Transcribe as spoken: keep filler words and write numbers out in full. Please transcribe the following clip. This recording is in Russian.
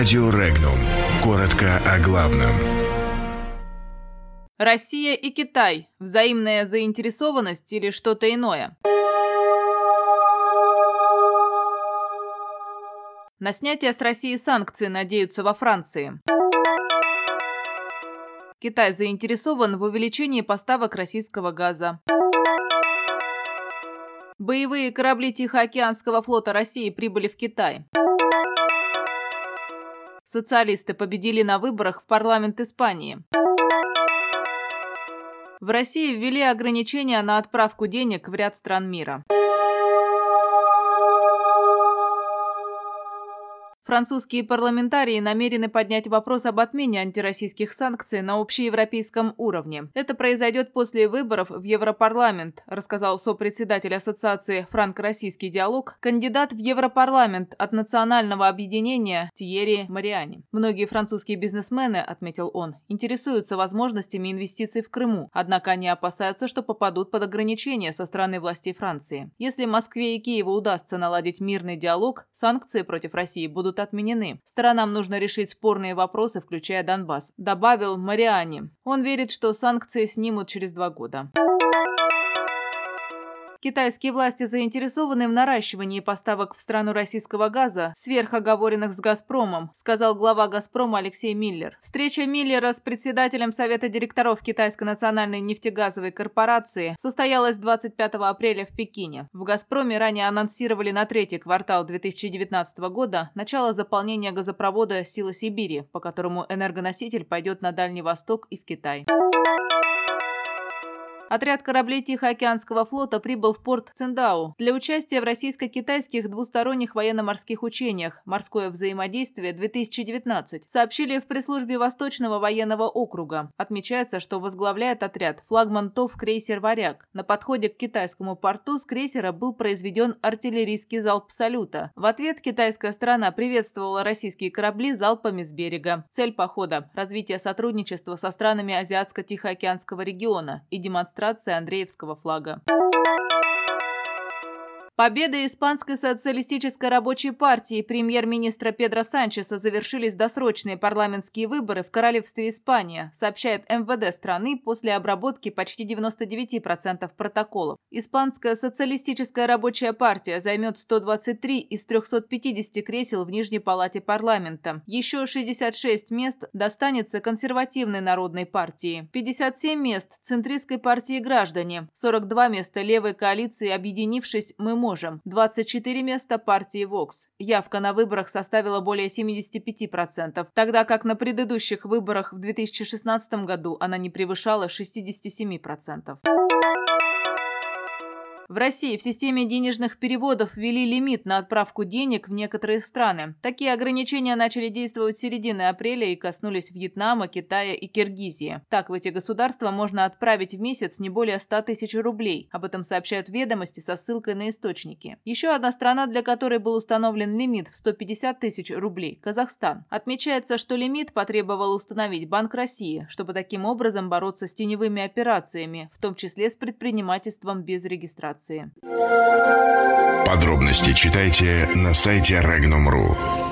Радио Регнум. Коротко о главном. Россия и Китай. Взаимная заинтересованность или что-то иное? На снятие с России санкций надеются во Франции. Китай заинтересован в увеличении поставок российского газа. Боевые корабли Тихоокеанского флота России прибыли в Китай. Социалисты победили на выборах в парламент Испании. В России ввели ограничения на отправку денег в ряд стран мира. Французские парламентарии намерены поднять вопрос об отмене антироссийских санкций на общеевропейском уровне. Это произойдет после выборов в Европарламент, рассказал сопредседатель Ассоциации «Франко-российский диалог», кандидат в Европарламент от национального объединения Тьерри Мариани. Многие французские бизнесмены, отметил он, интересуются возможностями инвестиций в Крыму, однако они опасаются, что попадут под ограничения со стороны властей Франции. Если Москве и Киеву удастся наладить мирный диалог, санкции против России будут отменены. Сторонам нужно решить спорные вопросы, включая Донбасс, добавил Мариани. Он верит, что санкции снимут через два года. Китайские власти заинтересованы в наращивании поставок в страну российского газа сверх оговоренных с «Газпромом», сказал глава «Газпрома» Алексей Миллер. Встреча Миллера с председателем Совета директоров Китайской национальной нефтегазовой корпорации состоялась двадцать пятого апреля в Пекине. В «Газпроме» ранее анонсировали на третий квартал две тысячи девятнадцатого года начало заполнения газопровода «Сила Сибири», по которому энергоноситель пойдет на Дальний Восток и в Китай. Отряд кораблей Тихоокеанского флота прибыл в порт Циндао для участия в российско-китайских двусторонних военно-морских учениях «Морское взаимодействие-две тысячи девятнадцать», сообщили в пресс-службе Восточного военного округа. Отмечается, что возглавляет отряд флагман ТОВ крейсер «Варяг». На подходе к китайскому порту с крейсера был произведен артиллерийский залп салюта. В ответ китайская сторона приветствовала российские корабли залпами с берега. Цель похода – развитие сотрудничества со странами Азиатско-Тихоокеанского региона и демонстрация Андреевского флага. Победы Испанской социалистической рабочей партии и премьер-министра Педро Санчеса завершились досрочные парламентские выборы в Королевстве Испания, сообщает эм вэ дэ страны после обработки почти девяноста девяти процентов протоколов. Испанская социалистическая рабочая партия займет сто двадцать три из трёхсот пятидесяти кресел в Нижней палате парламента. Еще шестьдесят шесть мест достанется консервативной народной партии, пятьдесят семь мест центристской партии «Граждане», сорок два места левой коалиции «Объединившись, мы можем», двадцать четыре места партии «Вокс». Явка на выборах составила более семидесяти пяти процентов, тогда как на предыдущих выборах в две тысячи шестнадцатом году она не превышала шестидесяти семи процентов. В России в системе денежных переводов ввели лимит на отправку денег в некоторые страны. Такие ограничения начали действовать с середины апреля и коснулись Вьетнама, Китая и Киргизии. Так, в эти государства можно отправить в месяц не более ста тысяч рублей. Об этом сообщают «Ведомости» со ссылкой на источники. Еще одна страна, для которой был установлен лимит в сто пятьдесят тысяч рублей – Казахстан. Отмечается, что лимит потребовал установить Банк России, чтобы таким образом бороться с теневыми операциями, в том числе с предпринимательством без регистрации. Подробности читайте на сайте регнум точка ру.